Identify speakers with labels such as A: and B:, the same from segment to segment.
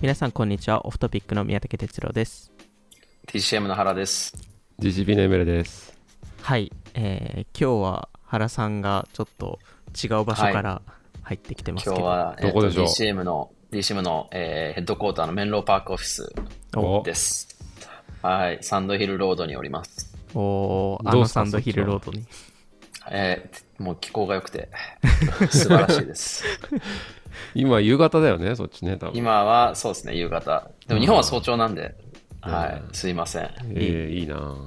A: 皆さんこんにちは。オフトピックの宮武哲郎です。
B: TCM の原です。
C: GCP のエメレです。
A: はい、今日は原さんがちょっと違う場所から入ってきてますけど、
B: 今日は、
C: どこでしょう。
B: DCM の、ヘッドコーターのメンローパークオフィスです。はい、サンドヒルロードにおります。
A: サンドヒルロードに、
B: もう気候が良くて素晴らしいです
C: 今夕方だよね、そっちね、多分。
B: 今はそうですね、夕方。でも日本は早朝なんで、はい、すいません。
C: いいな。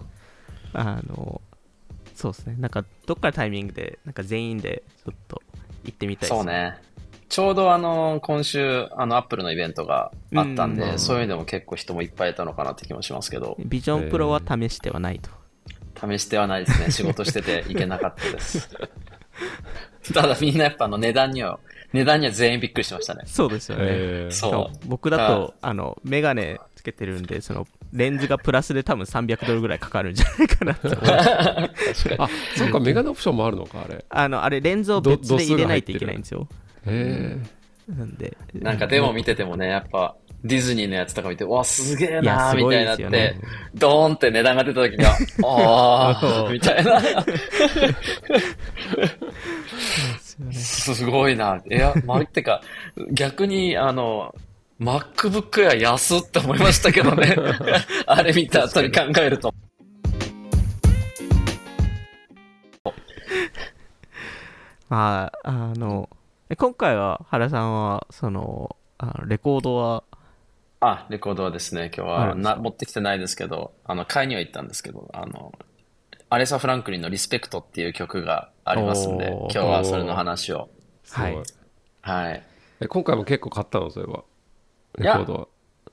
A: そうですね、なんかどっかのタイミングでなんか全員でちょっと行ってみたいですね。
B: そうね、ちょうど今週アップルのイベントがあったんで、そういうのでも結構人もいっぱいいたのかなって気もしますけど。
A: ビジョンプロは試してはないと。
B: 試してはないですね。仕事してていけなかったですただみんなやっぱ値段には全員びっくりしましたね。
A: そうですよね、
B: そう
A: 僕だとメガネつけてるんで、そのレンズがプラスで多分$300ぐらいかかるんじゃないかなって思う
C: あ、そうか、メガネオプションもあるのか、あれ。
A: あれレンズを別で入れないといけないんですよ。
B: なんでなんかデモ見ててもね、やっぱディズニーのやつとか見て、わ、すげえなーみたいになって、ね、ドーンって値段が出た時には、あーみたいなすごいな。てか、逆にMacBook Air 安って思いましたけどね。あれ見た後に考えると。
A: まあ、今回は原さんはレコードは
B: レコードはですね、今日は持ってきてないですけど、買いには行ったんですけど、アレサ・フランクリンのリスペクトっていう曲がありますんで、今日はそれの話を。
A: はい。
B: はい。
C: 今回も結構買ったの、それは。レコードは。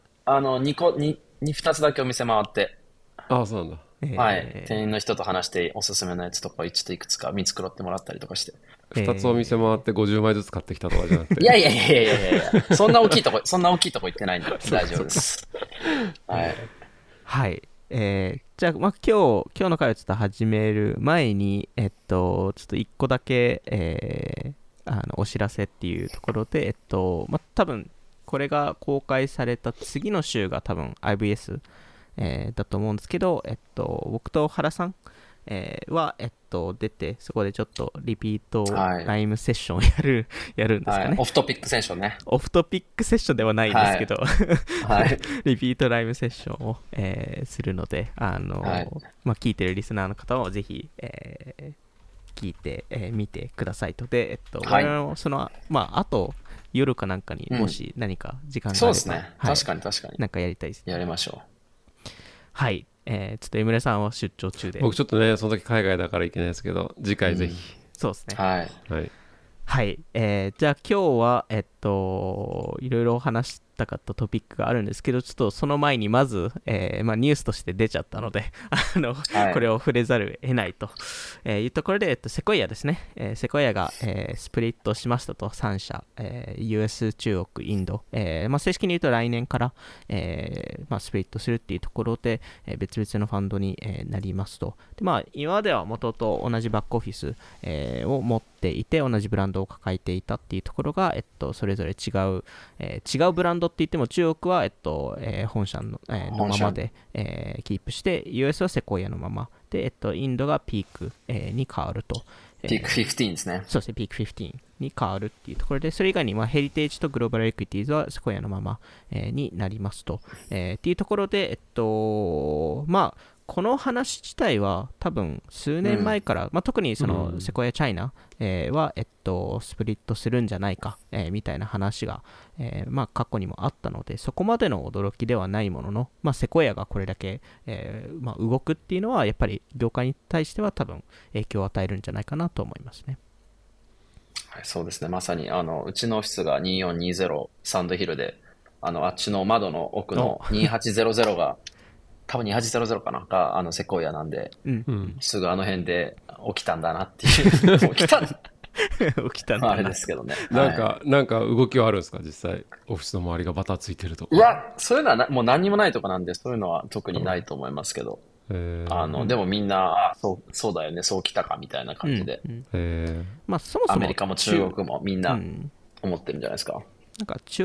B: 2つだけお店回って。
C: ああ、そうなんだ。
B: はい。店員の人と話しておすすめのやつとか、ちょっといくつか見繕ってもらったりとかして。
C: 2つお店回って50枚ずつ買ってきたとかじゃなくて。
B: いや、そんな大きいとこ行ってないんで大丈夫です。はい。
A: はい。じゃあ、今日の回をちょっと始める前に、ちょっと1個だけ、お知らせっていうところで、多分、これが公開された次の週が多分 IBS、だと思うんですけど、僕と原さん、は、出て、そこでちょっとリピートライムセッションをやるんですかね。
B: オフトピックセッションね。
A: オフトピックセッションではないんですけど、リピートライムセッションを、するので、聞いてるリスナーの方もぜひ、聞いて、見てくださいと。で、我々もあと夜かなんかにもし何か時間があれば、
B: そうですね。確かに。
A: なんかやりたいですね。
B: やりましょう。
A: はい。ちょっと江村さんは出張中で。
C: 僕ちょっとね、その時海外だから行けないですけど、次回ぜひ。
A: そうですね。
C: はい。
A: じゃあ今日は、いろいろ話したかったトピックがあるんですけど、ちょっとその前にまず、ニュースとして出ちゃったのでこれを触れざるを得ないというところで、セコイアですね。セコイアが、スプリットしましたと、3社、US、中国、インド。正式に言うと来年から、スプリットするっていうところで、別々のファンドに、なりますと。で、今までは元々同じバックオフィス、を持っていて、同じブランドを抱えていたっていうところが、それぞれ違うブランドって言っても、中国は、本社の、ままで、キープして、US はセコイアのままで、インドがピーク、に変わると。
B: ピーク15ですね。
A: そうですね、ピーク15に変わるっていうところで、それ以外に、ヘリテージとグローバルエクイティーズはセコイアのまま、になりますと。っていうところで、この話自体は多分数年前から、特にそのセコイアチャイナ、は、スプリットするんじゃないか、みたいな話が、過去にもあったので、そこまでの驚きではないものの、セコイアがこれだけ、動くっていうのはやっぱり業界に対しては多分影響を与えるんじゃないかなと思いますね。
B: はい、そうですね。まさにうちのオフィスが2420サンドヒルで、あっちの窓の奥の2800が多分2800かながセコイアなんで、すぐあの辺で起きたんだなっていう起きたんだあれですけどね。
C: なんか動きはあるんですか、実際オフィスの周りがバタついてるとか。
B: いや、そういうのはもう何にもないとこなんで、そういうのは特にないと思いますけど、でもみんなそうだよね、そう来たかみたいな感じで、
A: そもそも
B: アメリカも中国もみんな思ってるんじゃないですか。
A: なんか中国物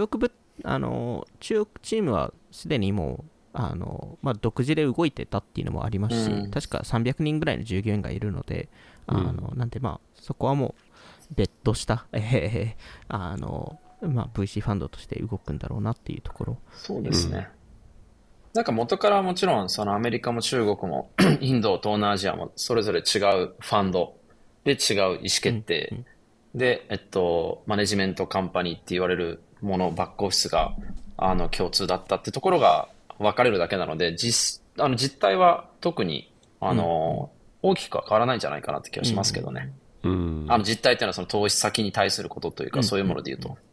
A: 中国チームはすでにもう独自で動いてたっていうのもありますし、確か300人ぐらいの従業員がいるので、なんでそこはもう別途した、VC ファンドとして動くんだろうなっていうところ。
B: そうですね。なんか元からもちろんそのアメリカも中国もインド、東南アジアもそれぞれ違うファンドで違う意思決定で、マネジメントカンパニーって言われるもの、バックオフィスが共通だったってところが分かれるだけなので、実態は特に大きくは変わらないんじゃないかなって気がしますけどね。実態っていうのはその投資先に対することというか、そういうもので言うと。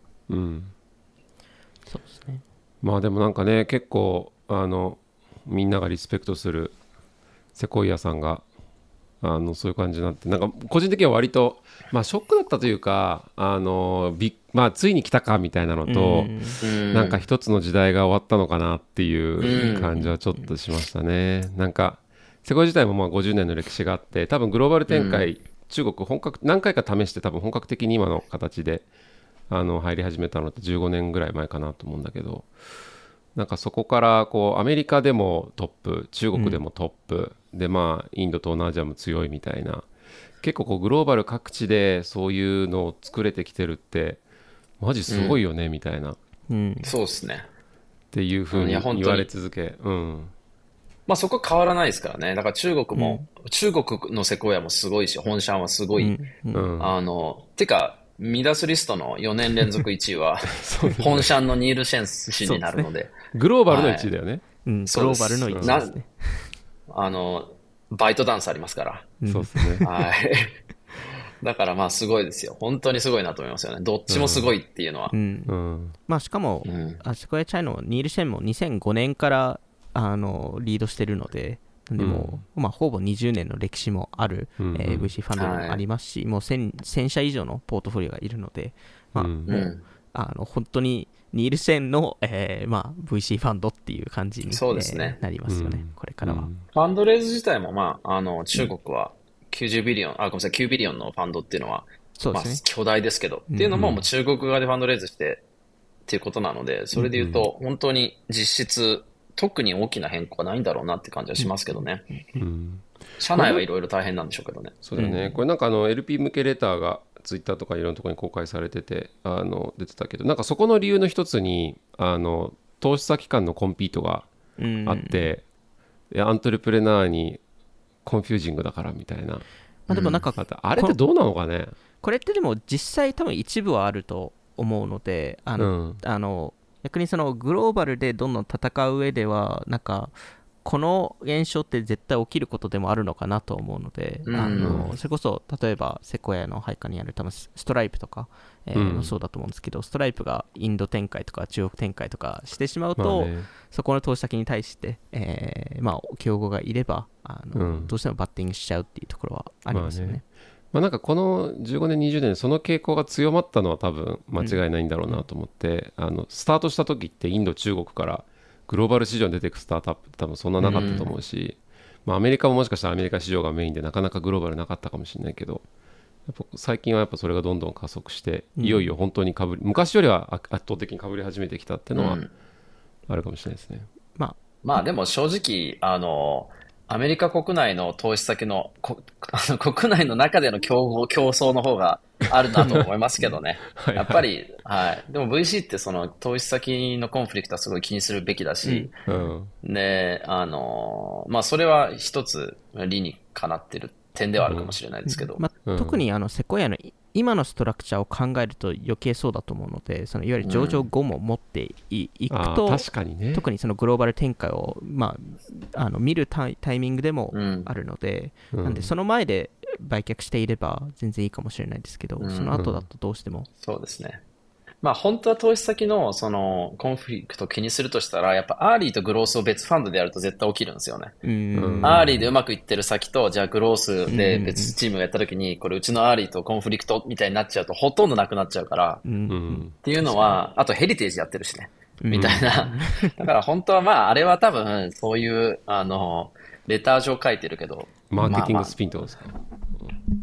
A: そうですね。
C: まあでもなんかね、結構みんながリスペクトするセコイアさんがそういう感じになって、なんか個人的には割と、ショックだったというか、ついに来たかみたいなのと、なんか一つの時代が終わったのかなっていう感じはちょっとしましたね。なんかセコイア自体も50年の歴史があって、多分グローバル展開、中国何回か試して多分本格的に今の形で入り始めたのって15年ぐらい前かなと思うんだけど、なんかそこからこうアメリカでもトップ、中国でもトップ、でインド東南アジアも強いみたいな、結構こうグローバル各地でそういうのを作れてきてるってマジすごいよね、みたいな、
B: そうですね
C: っていうふうに言われ続け、
B: そこ変わらないですからね。だから中国のセコイアもすごいし、本社はすごい、てかミダスリストの4年連続1位は本社のニールシェン氏になるので、
C: グローバルの1位だよね。
A: グローバルの1位ですね。
B: バイトダンスありますから。
C: そうですね。
B: はい。だからすごいですよ。本当にすごいなと思いますよね。どっちもすごいっていうのは。
A: しかも、セコイアチャイのニールシェンも2005年からリードしてるので、でもほぼ20年の歴史もある、VC ファンドもありますし、もう 1000社以上のポートフォリオがいるので、もう本当にニールセンの、VC ファンドっていう感じに、なりますよね、これからは。
B: ファンドレイズ自体も、中国は90ビリオン、ごめんなさい、9ビリオンのファンドっていうのは、巨大ですけど、っていうのも、もう中国側でファンドレイズしてっていうことなので、それで言うと、本当に実質、特に大きな変更はないんだろうなって感じはしますけどね。社内はいろいろ大変なんでしょうけどね。
C: そうだね。これなんかLP 向けレターがツイッターとかいろんなところに公開されてて出てたけど、なんかそこの理由の一つに投資先間のコンピートがあって、アントレプレナーにコンフュージングだからみたいな。
A: でもなんか
C: あれってどうなのかね。
A: これってでも実際多分一部はあると思うので、逆にそのグローバルでどんどん戦う上ではなんかこの現象って絶対起きることでもあるのかなと思うので、それこそ例えばセコイアの配下にある多分ストライプとか、そうだと思うんですけど、ストライプがインド展開とか中国展開とかしてしまうと、そこの投資先に対して、競合がいればどうしてもバッティングしちゃうっていうところはありますよね。
C: なんかこの15年20年その傾向が強まったのは多分間違いないんだろうなと思って、スタートした時ってインド中国からグローバル市場に出ていくスタートアップって多分そんななかったと思うし、アメリカももしかしたらアメリカ市場がメインでなかなかグローバルなかったかもしれないけど、やっぱ最近はやっぱそれがどんどん加速して、いよいよ本当に昔よりは圧倒的にかぶり始めてきたっていうのはあるかもしれないですね。
B: でも正直アメリカ国内の投資先の国内の中での競争の方があるなと思いますけどね。やっぱり、でも VC ってその投資先のコンフリクトはすごい気にするべきだし、で、それは一つ理にかなってる点ではあるかもしれないですけど。
A: 特にセコイアの今のストラクチャーを考えると余計そうだと思うので、そのいわゆる上場後も持っていくと、
C: 確かにね、
A: 特にそのグローバル展開を、見るタイミングでもあるので、なんでその前で売却していれば全然いいかもしれないですけど、その後だとどうしても。
B: そうですね。本当は投資先のそのコンフリクトを気にするとしたら、やっぱアーリーとグロースを別ファンドでやると絶対起きるんですよね。アーリーでうまくいってる先と、じゃあグロースで別チームがやった時に、これうちのアーリーとコンフリクトみたいになっちゃうとほとんどなくなっちゃうから、っていうのは、あとヘリテージやってるしね。みたいな。だから本当はあれは多分、そういう、レター上書いてるけど。
C: マーケティングスピンってことですか？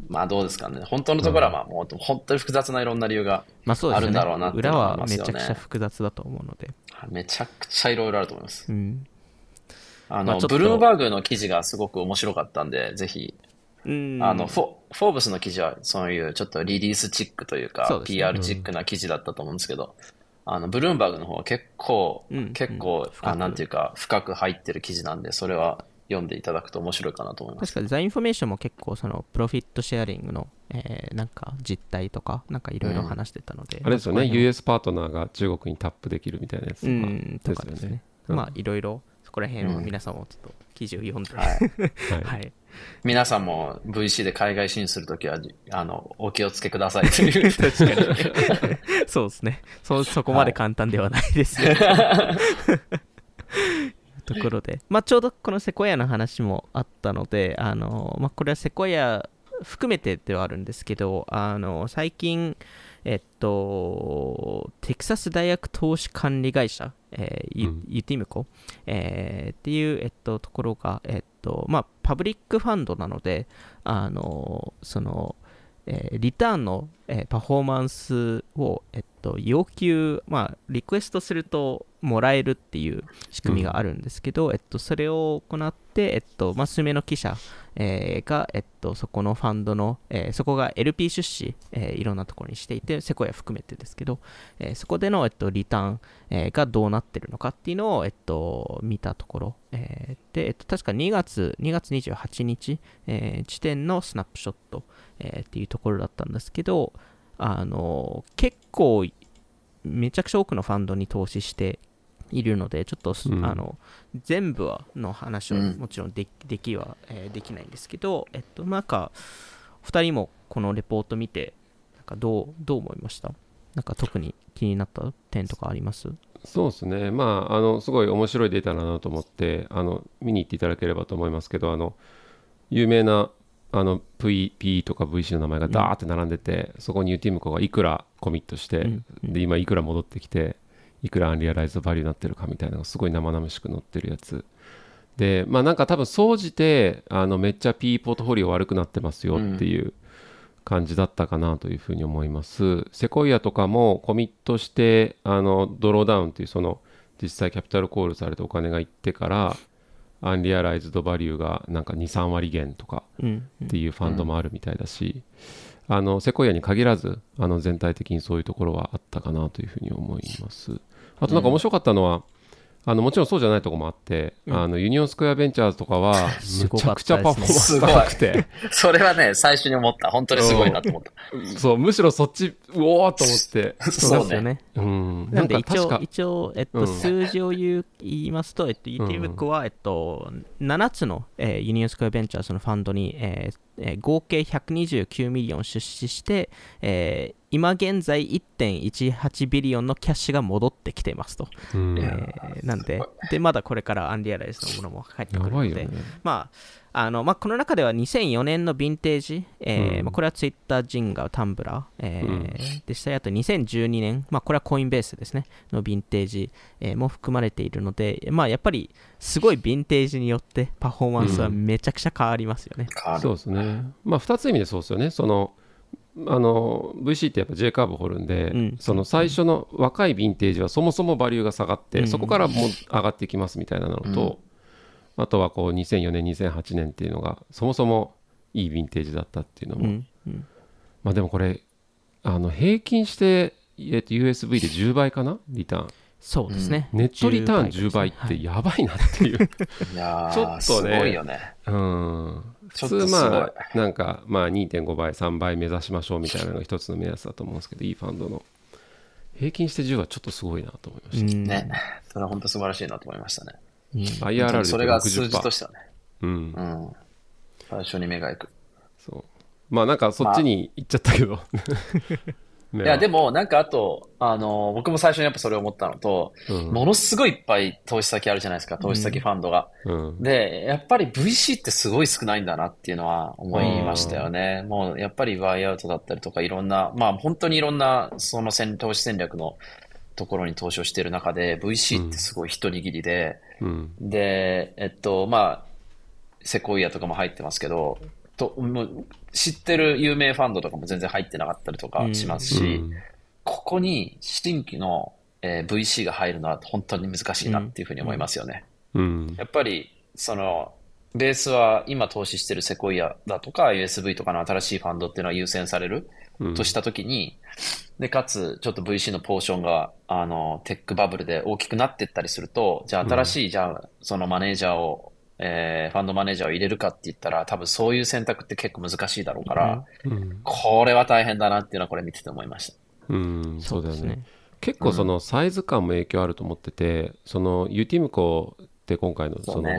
B: まあどうですかね。本当のところはまあもう本当に複雑ないろんな理由があるん
A: まあそうですよね。
B: だろうなって
A: 裏
B: 思いますよ
A: はめちゃくちゃ
B: ね。
A: 複雑だと思うので。
B: めちゃくちゃいろいろあると思います。
A: うん。まあちょっ
B: ブルーム
A: と、
B: バーグの記事がすごく面白かったんで、ぜひ、
A: うん、
B: フォーブスの記事はそういうちょっとリリースチックというか、
A: そうですね。
B: PR チックな記事だったと思うんですけど、ブルームバーグの方は結構、
A: うん、
B: 結構、
A: 深く。
B: なんていうか、深く入ってる記事なんで、それは読んでいただくと面白いかなと思います。
A: 確かにザ・インフォメーションも結構そのプロフィットシェアリングの、なんか実態とかなんかいろいろ話してたので、
C: あれですよね、US パートナーが中国にタップできるみたいなやつ
A: とかですね。まあいろいろそこら辺は皆さんもちょっと記事を読んで、はい、
B: 皆さんも VC で海外進出するときはお気をつけくださいという
A: 確かにそうですね。そこまで簡単ではないですよ、ところで、まあ、ちょうどこのセコヤの話もあったので、まあ、これはセコヤ含めてではあるんですけど、最近、テキサス大学投資管理会社、ユティムコ、っていう、ところが、まあ、パブリックファンドなので、その、リターンの、パフォーマンスを、要求、まあ、リクエストするともらえるっていう仕組みがあるんですけど、それを行って、まあ、数名の記者、が、そこのファンドの、そこが LP 出資、いろんなところにしていて、セコヤ含めてですけど、そこでの、リターン、がどうなってるのかっていうのを、見たところ、で、確か2月28日、時点のスナップショット、っていうところだったんですけど、結構めちゃくちゃ多くのファンドに投資しているので、ちょっと、全部の話をもちろんできないんですけど、なんか2人もこのレポート見てなんかどう思いました？なんか特に気になった点とかあります？
C: そうですね、まあ、すごい面白いデータだなと思って見に行っていただければと思いますけど、有名なVP とか VC の名前がダーって並んでて、そこにユーティムコがいくらコミットして、で今いくら戻ってきて、いくらアンリアライズドバリューになってるかみたいなのがすごい生々しく載ってるやつで、まあなんか多分総じてめっちゃ P ポートフォリオ悪くなってますよっていう感じだったかなというふうに思います。セコイアとかもコミットしてドローダウンっていうその実際キャピタルコールされてお金がいってからアンリアライズドバリューがなんか 2,3 割減とかっていうファンドもあるみたいだし、セコイアに限らず全体的にそういうところはあったかなというふうに思います。あとなんか面白かったのは、もちろんそうじゃないところもあって、ユニオンスクエアベンチャーズとかはめちゃくちゃパフォーマンス高くて
B: それはね最初に思った。本当にすごいなと思った。
C: そう、むしろそっちうおーっと思って
B: そうですよ
A: ね。
C: なん
A: で一応、数字を言いますと、ユーティムコは、7つの、ユニオンスクエアベンチャーズのファンドに、合計129ミリオン出資して、今現在 1.18 ビリオンのキャッシュが戻ってきていますと、なんでまだこれからアンリアライズのものも入ってくるので、まあ、この中では2004年のヴィンテージ、まあ、これはツイッター、ジンガー、タンブラー、でしたり、あと2012年、まあ、これはコインベースですねのヴィンテージ、も含まれているので、まあ、やっぱりすごいヴィンテージによってパフォーマンスはめちゃくちゃ変わりますよね。
C: そうですね、まあ、2つ意味でそうですよね。そのVC ってやっぱ J カーブ掘るんで、その最初の若いヴィンテージはそもそもバリューが下がって、そこからもう上がっていきますみたいなのと、あとはこう2004年2008年っていうのがそもそもいいヴィンテージだったっていうのも、まあでもこれ平均して、USB で10倍かなリターン。
A: そうですね、
C: ネットリターン10倍ってやばいなっていう、
B: いや
C: ちょっとね
B: すごいよね。
C: 普通まあなんかまあ 2.5 倍3倍目指しましょうみたいなのが一つの目安だと思うんですけど、いいファンドの平均して10はちょっとすごいなと思いました
B: ね。それは本当素晴らしいなと思いましたね。
C: IRR で 60%、
B: それが数字としてはね、最初に目がいく。
C: そう、まあなんかそっちに行っちゃったけど、
B: いやでもなんかあと僕も最初にやっぱそれを思ったのと、ものすごいいっぱい投資先あるじゃないですか、投資先ファンドが、でやっぱり VC ってすごい少ないんだなっていうのは思いましたよね。もうやっぱりバイアウトだったりとかいろんな、まあ本当にいろんなその投資戦略のところに投資をしている中で VC ってすごい一握りで、でまあセコイアとかも入ってますけど、 もう知ってる有名ファンドとかも全然入ってなかったりとかしますし、ここに新規の、VC が入るのは本当に難しいなっていうふうに思いますよね。やっぱり、ベースは今投資してるセコイアだとか USB とかの新しいファンドっていうのは優先されるとしたときに、で、かつ、ちょっと VC のポーションが、テックバブルで大きくなっていったりすると、じゃあ新しい、じゃあ、そのマネージャーを、ファンドマネージャーを入れるかって言ったら、多分そういう選択って結構難しいだろうから、これは大変だなっていうのはこれ見てて思いました。
C: そうだよね。結構そのサイズ感も影響あると思ってて、そのユーティムコって今回の確か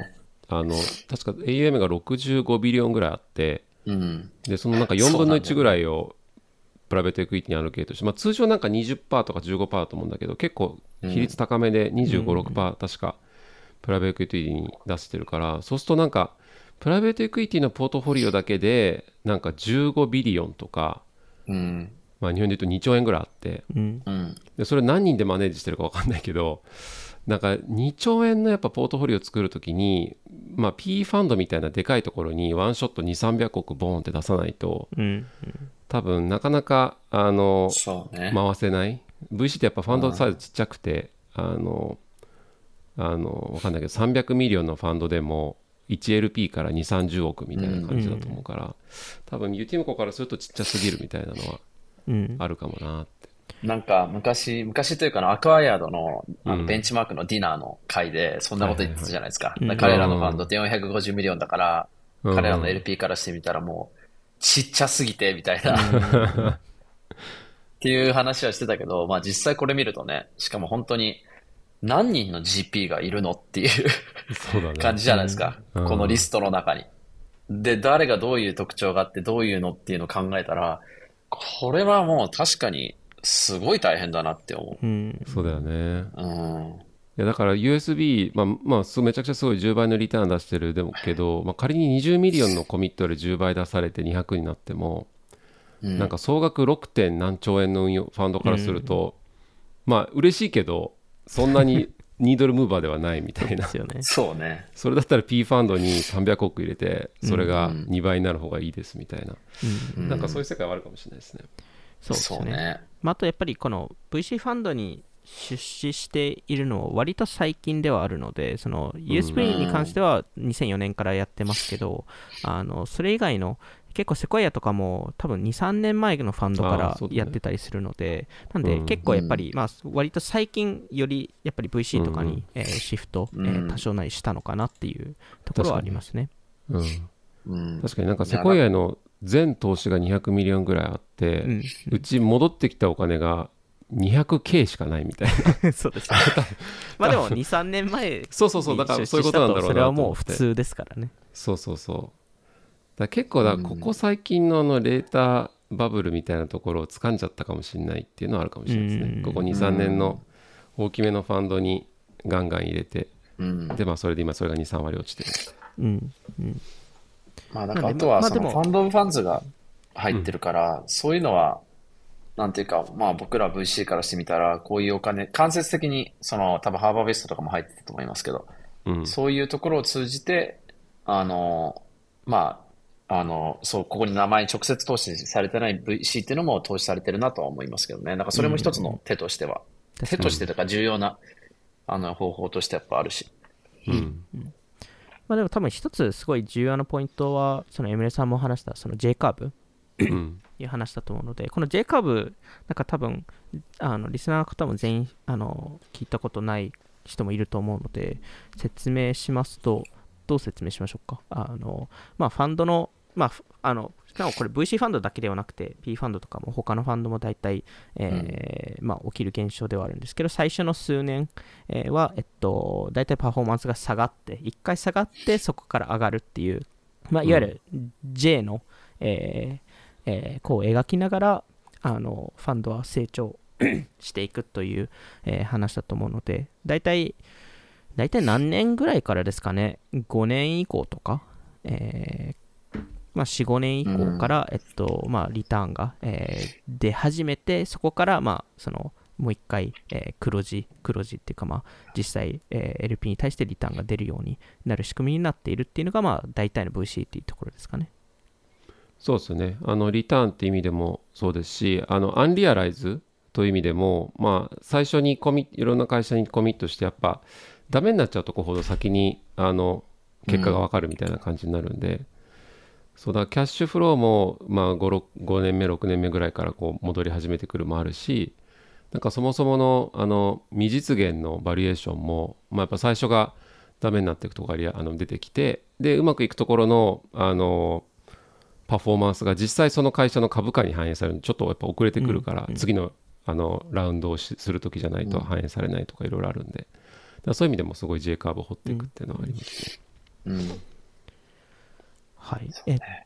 C: AUM が65ビリオンぐらいあって、で、そのなんか4分の1ぐらいをプライベートエクイティにアロケートして、通常なんか 20% とか 15% だと思うんだけど、結構比率高めで25、6% 確かプライベートエクイティに出してるから、そうするとなんかプライベートエクイティのポートフォリオだけでなんか15ビリオンとか、日本で言うと2兆円ぐらいあって、でそれ何人でマネージしてるか分かんないけど、なんか2兆円のやっぱポートフォリオを作るときに、P ファンドみたいなでかいところにワンショット2、300億ボーンって出さないと、多分なかなか回せない。VC ってやっぱファンドサイズちっちゃくて、分かんないけど300ミリオンのファンドでも 1LP から2、30億みたいな感じだと思うから、多分ユーティムコからするとちっちゃすぎるみたいなのはあるかもなって。
B: なんか昔というかアクアヤードのベンチマークのディナーの回でそんなこと言ってたじゃないですか。彼らのファンドって450ミリオンだから、彼らの LP からしてみたらもうちっちゃすぎてみたいなっていう話はしてたけど、実際これ見るとね、しかも本当に何人の GP がいるのっていう感じじゃないですか。このリストの中に。で、誰がどういう特徴があってどういうのっていうのを考えたら、これはもう確かにすごい大変だなって思う。
C: そうだよね。いやだから USB、めちゃくちゃすごい10倍のリターン出してるけど、仮に20ミリオンのコミットで10倍出されて200になっても、なんか総額 6. 点何兆円の運用ファンドからすると、嬉しいけどそんなにニードルムーバーではないみたいな
B: そうね。
C: それだったら P ファンドに300億入れてそれが2倍になる方がいいですみたいな、なんかそういう世界はあるかもしれないですね。
B: そうね。
A: あとやっぱりこの VC ファンドに出資しているのは割と最近ではあるので、その USB に関しては2004年からやってますけど、それ以外の結構セコイアとかも多分 2,3 年前のファンドからやってたりするので、なんで結構やっぱり割と最近よりやっぱり VC とかにシフト多少なりしたのかなっていうところはありますね。
C: 確かになんかセコイアの全投資が200ミリオンぐらいあって、うち戻ってきたお金が200K しかないみたいな
A: そうですねでも 2,3 年前に
C: そうだからそういうことなんだろうなと思って、
A: それはもう普通ですからね。
C: だ結構ここ最近のレーターバブルみたいなところを掴んじゃったかもしれないっていうのはあるかもしれないですね。ここ 2,3 年の大きめのファンドにガンガン入れて、でそれで今それが 2,3 割落ちてる。
B: なんかあとはそのファンドオブファンズが入ってるから、そういうのはなんていうか、僕ら VC からしてみたらこういうお金間接的に多分ハーバーベストとかも入ってたと思いますけど、そういうところを通じてここに名前直接投資されてない VC っていうのも投資されてるなとは思いますけどね。なんかそれも一つの手としては、手としてとか重要な方法としてやっぱあるし。
A: でも多分一つすごい重要なポイントは、そのエムレさんも話したその J カーブいう話だと思うので、この J カーブなんか多分リスナーの方も全員聞いたことない人もいると思うので説明しますと、どう説明しましょうか。ファンドのしかもこれ VC ファンドだけではなくて P ファンドとかも他のファンドも大体、起きる現象ではあるんですけど、最初の数年、は、大体パフォーマンスが下がって1回下がってそこから上がるっていう、いわゆる J の、こう描きながらファンドは成長していくという、話だと思うので、大体何年ぐらいからですかね、5年以降とか、4、5年以降から、リターンが、出始めて、そこから、もう一回、黒字っていうか、実際、LP に対してリターンが出るようになる仕組みになっているっていうのが、大体の VC っていうところですかね。
C: そうですね。リターンって意味でもそうですし、アンリアライズという意味でも、まあ、最初にいろんな会社にコミットして、やっぱ、ダメになっちゃうとこほど先に、結果がわかるみたいな感じになるんで、そうだ、キャッシュフローも、まあ、5年目、6年目ぐらいからこう戻り始めてくるもあるし、なんかそもそもの、未実現のバリエーションも、まあ、やっぱ最初がダメになっていくところが出てきて、で、うまくいくところの、パフォーマンスが実際その会社の株価に反映されるのちょっとやっぱ遅れてくるから、次の、ラウンドをする時じゃないと反映されないとかいろいろあるんで、だからそういう意味でもすごい J カーブを掘っていくっていうのはありますね。
A: はい。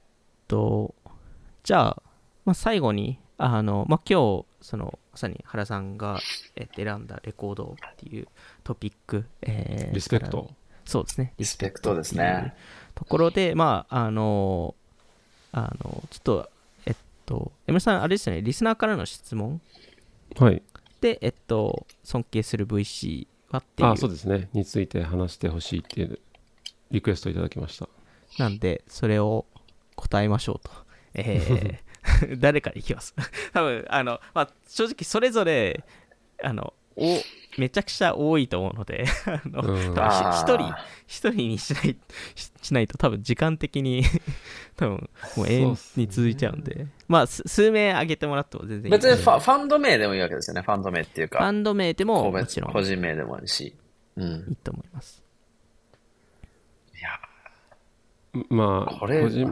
A: じゃあ、まあ、最後に、まあ、今日、まさに原さんが、選んだレコードっていうトピック、
C: リスペクト。
A: そうですね。
B: リスペクトですね。
A: ところで、まあ、ちょっと、山田さん、あれですよね、リスナーからの質問
C: はい。
A: で、尊敬する VC はっていう。
C: そうですね。について話してほしいっていうリクエストいただきました。
A: なんで、それを答えましょうと。誰からいきます多分、まあ、正直それぞれ、めちゃくちゃ多いと思うので多分一人にしないと多分時間的に多分もう永遠に続いちゃうんで、まあ数名挙げてもらっても全然いい。
B: 別にファンド名でもいいわけですよね。ファンド名っていうか。
A: ファンド名でももちろん。
B: 個人名でもいいし。
A: いいと思います。
B: いや。
C: まあ、
B: これ、
C: まあで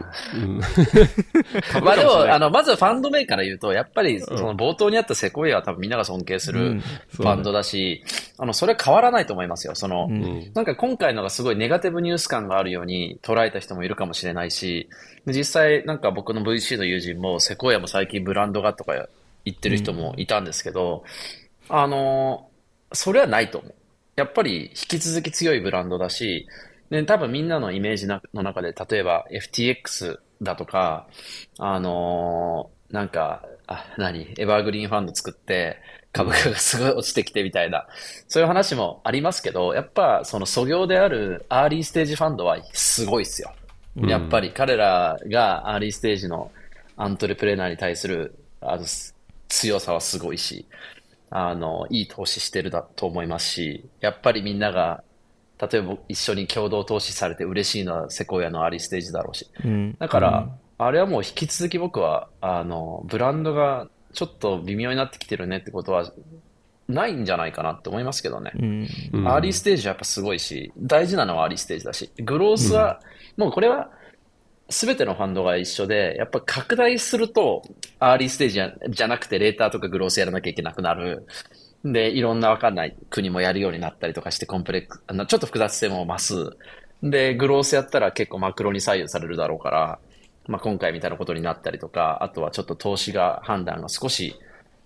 B: も、まずファンド名から言うと、やっぱり、その冒頭にあったセコイアは多分みんなが尊敬するファンドだし、それ変わらないと思いますよ。なんか今回のがすごいネガティブニュース感があるように捉えた人もいるかもしれないし、実際なんか僕の VC の友人もセコイアも最近ブランドがとか言ってる人もいたんですけど、それはないと思う。やっぱり引き続き強いブランドだし、で、多分みんなのイメージの中で、例えば FTX だとか、なんか、エバーグリーンファンド作って株価がすごい落ちてきてみたいな、そういう話もありますけど、やっぱその素業であるアーリーステージファンドはすごいっすよ。やっぱり彼らがアーリーステージのアントレプレーナーに対する強さはすごいし、いい投資してるだと思いますし、やっぱりみんなが例えば一緒に共同投資されて嬉しいのはセコイアのアーリーステージだろうし。だから、あれはもう引き続き僕は、ブランドがちょっと微妙になってきてるねってことはないんじゃないかなって思いますけどね。アーリーステージはやっぱすごいし、大事なのはアーリーステージだし、グロースは、もうこれは全てのファンドが一緒で、やっぱ拡大すると、アーリーステージじゃなくてレーターとかグロースやらなきゃいけなくなる。で、いろんなわかんない国もやるようになったりとかして、コンプレックス、ちょっと複雑性も増す。で、グロースやったら結構マクロに左右されるだろうから、まあ今回みたいなことになったりとか、あとはちょっと投資判断が少し、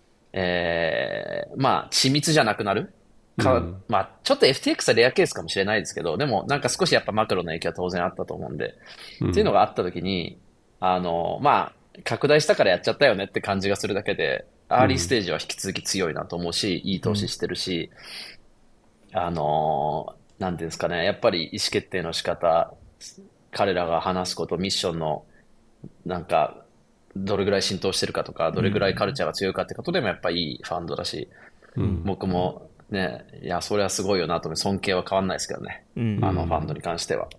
B: まあ緻密じゃなくなる。まあちょっと FTX はレアケースかもしれないですけど、でもなんか少しやっぱマクロの影響は当然あったと思うんで、っていうのがあった時に、まあ、拡大したからやっちゃったよねって感じがするだけで、アーリーステージは引き続き強いなと思うし、いい投資してるし、なんていうんですかね、やっぱり意思決定の仕方、彼らが話すこと、ミッションの、なんか、どれぐらい浸透してるかとか、どれぐらいカルチャーが強いかってことでもやっぱりいいファンドだし、僕もね、いや、それはすごいよなと思う。尊敬は変わんないですけどね、ファンドに関しては。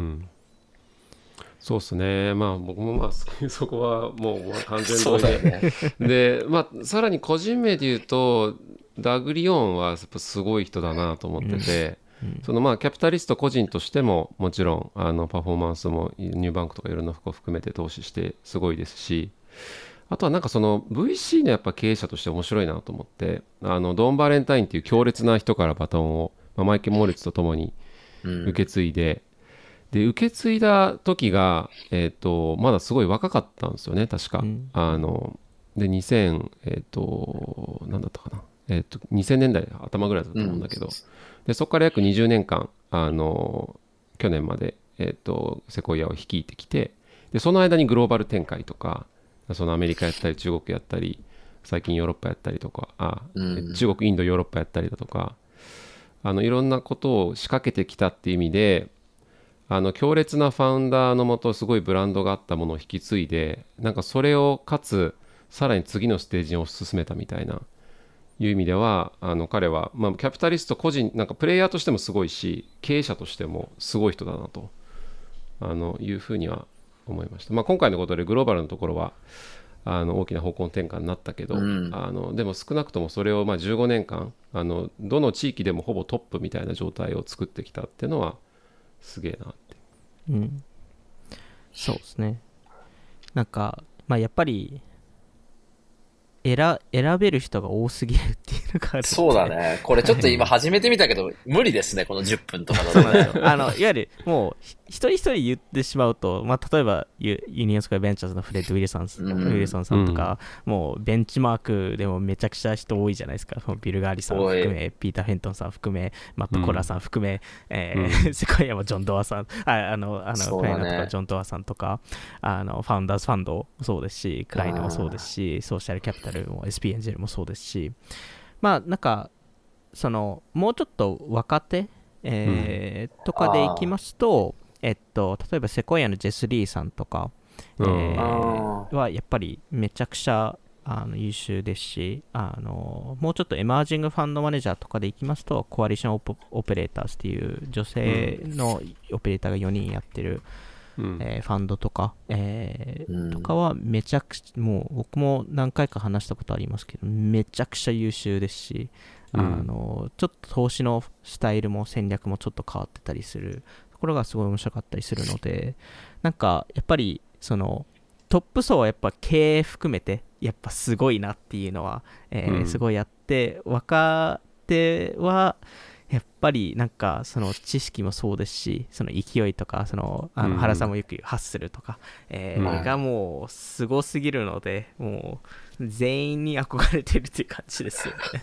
C: そうですね。まあ僕もまあそこはもう完全同意で、で、まあさらに個人名で言うとダグリオンはやっぱすごい人だなと思ってて、そのまあキャピタリスト個人としてももちろんパフォーマンスもニューバンクとかいろんな服を含めて投資してすごいですし、あとはなんかその VC のやっぱ経営者として面白いなと思って、ドン・バレンタインっていう強烈な人からバトンを、マイケル・モーリッツと共に受け継いで、で受け継いだ時が、まだすごい若かったんですよね確か、で2000、何だったかな、2000年代頭ぐらいだったと思うんだけど、でそこから約20年間、去年まで、セコイアを率いてきて、でその間にグローバル展開とか、そのアメリカやったり中国やったり最近ヨーロッパやったりとか、中国インドヨーロッパやったりだとか、いろんなことを仕掛けてきたっていう意味で、 強烈なファウンダーのもとすごいブランドがあったものを引き継いで、なんかそれをかつさらに次のステージに推し進めたみたいないう意味では、彼は、まあ、キャピタリスト個人なんかプレイヤーとしてもすごいし、経営者としてもすごい人だなというふうには思いました。まあ、今回のことでグローバルのところは大きな方向転換になったけど、でも少なくともそれをまあ15年間どの地域でもほぼトップみたいな状態を作ってきたっていうのはすげえなって。
A: うん。そうですね。なんか、まあやっぱり、選べる人が多すぎるっていうのがあるんで。
B: そうだね。これちょっと今始めてみたけど、無理ですね、この10分とかだ
A: そう
B: とね。
A: なんですよ。いわゆる、もう、一人一人言ってしまうと、まあ、例えばユニオンスクエアベンチャーズのフレッド・ウィルソンさんとか、もうベンチマークでもめちゃくちゃ人多いじゃないですか。ビル・ガーリさん含め、ピーター・フェントンさん含め、マット・コラさん含め、セコイアもジョン・ドアさん、クライナとかジョン・ドアさんとか、ファウンダーズファンドもそうですし、クライナもそうですし、ソーシャルキャピタルも SP エンジェルもそうですし、まあ、なんか、もうちょっと若手、とかでいきますと、例えばセコイアのジェス・リーさんとか、はやっぱりめちゃくちゃ優秀ですし、もうちょっとエマージングファンドマネージャーとかでいきますと、コアリションオペレーターズっていう女性のオペレーターが4人やってる、ファンドとか、とかはめちゃくちゃ、もう僕も何回か話したことありますけど、めちゃくちゃ優秀ですし、ちょっと投資のスタイルも戦略もちょっと変わってたりするところがすごい面白かったりするので、なんかやっぱりトップ層はやっぱ経営含めてやっぱすごいなっていうのは、すごいあって、若手はやっぱりなんか知識もそうですし、その勢いとか原さんもよく言うハッスルとか、がもうすごすぎるので、もう全員に憧れてるっていう感じですよね。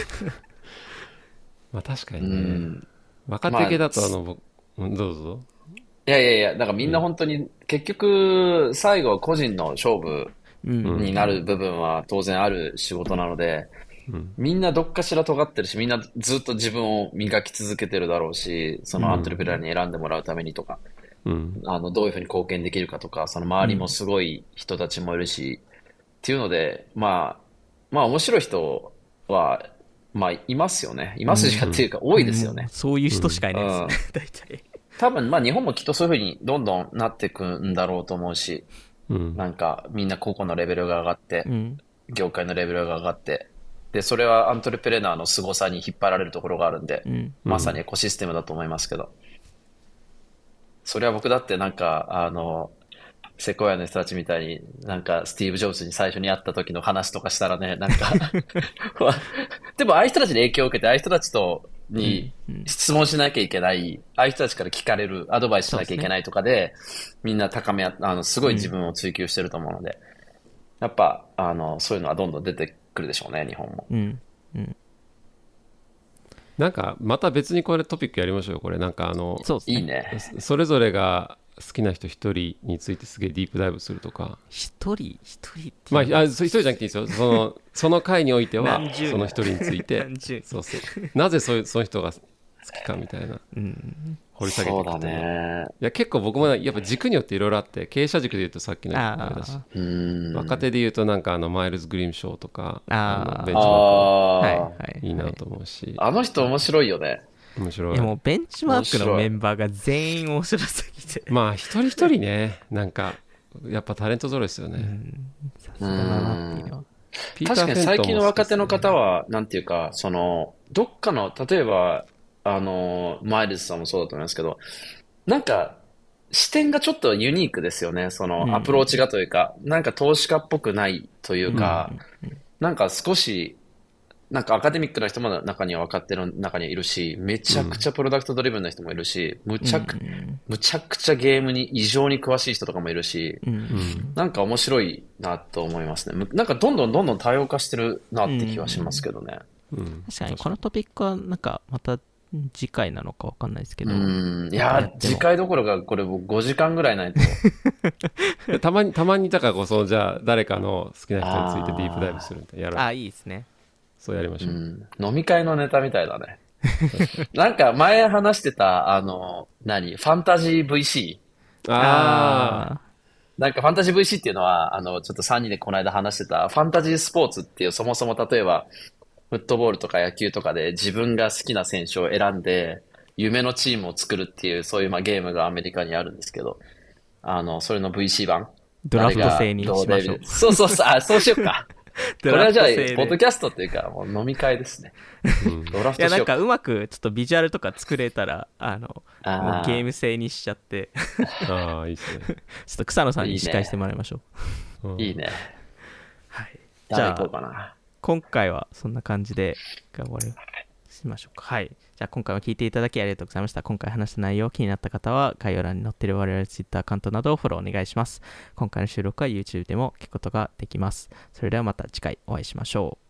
C: まあ確かにね、若手系だとどうぞ。
B: いや、だからみんな本当に、結局、最後は個人の勝負になる部分は当然ある仕事なので、みんなどっかしら尖ってるし、みんなずっと自分を磨き続けてるだろうし、そのアントレプレナーに選んでもらうためにとか、どういうふうに貢献できるかとか、その周りもすごい人たちもいるし、っていうので、まあ面白い人は、まあいますよね。いますしかっていうか多いですよね。
A: そういう人しかいないですね、大体。
B: 多分まあ日本もきっとそういうふうにどんどんなっていくんだろうと思うし、なんかみんな個々のレベルが上がって、業界のレベルが上がって、で、それはアントレプレナーの凄さに引っ張られるところがあるんで、まさにエコシステムだと思いますけど。それは僕だってなんか、セコヤの人たちみたいに、なんかスティーブ・ジョブズに最初に会った時の話とかしたらね、なんかでもああいう人たちに影響を受けて、ああいう人たちに質問しなきゃいけない、ああいう人たちから聞かれる、アドバイスしなきゃいけないとかで、みんなすごい自分を追求してると思うので、やっぱ、そういうのはどんどん出てくるでしょうね、日本も。
C: なんか、また別にこれトピックやりましょうよ、これ。なんか
B: いいね。
C: それぞれが好きな人一人についてすげえディープダイブするとか。
A: 一人って
C: まあ、一人じゃなくていいですよ。その回においては、その一人について、なぜその人が好きかみたいな、掘り下げていくと。
B: そうだね。
C: いや、結構僕もやっぱ軸によっていろいろあって、経営者軸で言うとさっきのあれだし、若手で言うとなんかマイルズ・グリームショーとか、ベンチマークいいなと思うし。
B: あの人面白いよね。
C: 面白い。
A: いやもうベンチマークのメンバーが全員面白すぎて。
C: まあ一人一人ね、なんかやっぱタレント揃いですよね。
A: さすがだなっていうのは。
B: 確かに最近の若手の方は、なんていうか、どっかの、例えば、マイルズさんもそうだと思いますけど、なんか、視点がちょっとユニークですよね。アプローチがというか、なんか投資家っぽくないというか、なんか少し、なんかアカデミックな人も中には若手の中にはいるし、めちゃくちゃプロダクトドリブンな人もいるし、むちゃくちゃゲームに異常に詳しい人とかもいるし、なんか面白いなと思いますね。なんかどんどん多様化してるなって気はしますけどね。
A: 確かにこのトピックはなんかまた次回なのかわかんないですけど。
B: いや、次回どころかこれ5時間ぐらいない
C: と。たまにだからこそ、じゃあ誰かの好きな人についてディープダイブするんでやろう。
A: いいですね。
C: そうやりましょう。
B: 飲み会のネタみたいだね。 なんか前話してた、ファンタジー VC。
C: あ
B: なんかファンタジー VC っていうのは、ちょっと3人でこの間話してた、ファンタジースポーツっていう、そもそも例えば、フットボールとか野球とかで自分が好きな選手を選んで、夢のチームを作るっていう、そういうまあゲームがアメリカにあるんですけど、それの VC 版。
A: ドラフト制にしましょう。
B: そうそうそう、そうしようか。これはじゃあ、ポッド
A: キ
B: キャストっていうか、もう飲み会ですね。ドラフ
A: いや、なん
B: トしようか。
A: かうまくちょっとビジュアルとか作れたら、もうゲーム制にしちゃって、
C: あいいですね。
A: ちょっと草野さんに司会してもらいましょう。
B: いいね。
A: はい。
B: じゃあ、行こうかな。
A: 今回はそんな感じで頑張りしましょうか。はい。じゃあ今回は聞いていただきありがとうございました。今回話した内容気になった方は概要欄に載っている我々 Twitter アカウントなどをフォローお願いします。今回の収録は YouTube でも聞くことができます。それではまた次回お会いしましょう。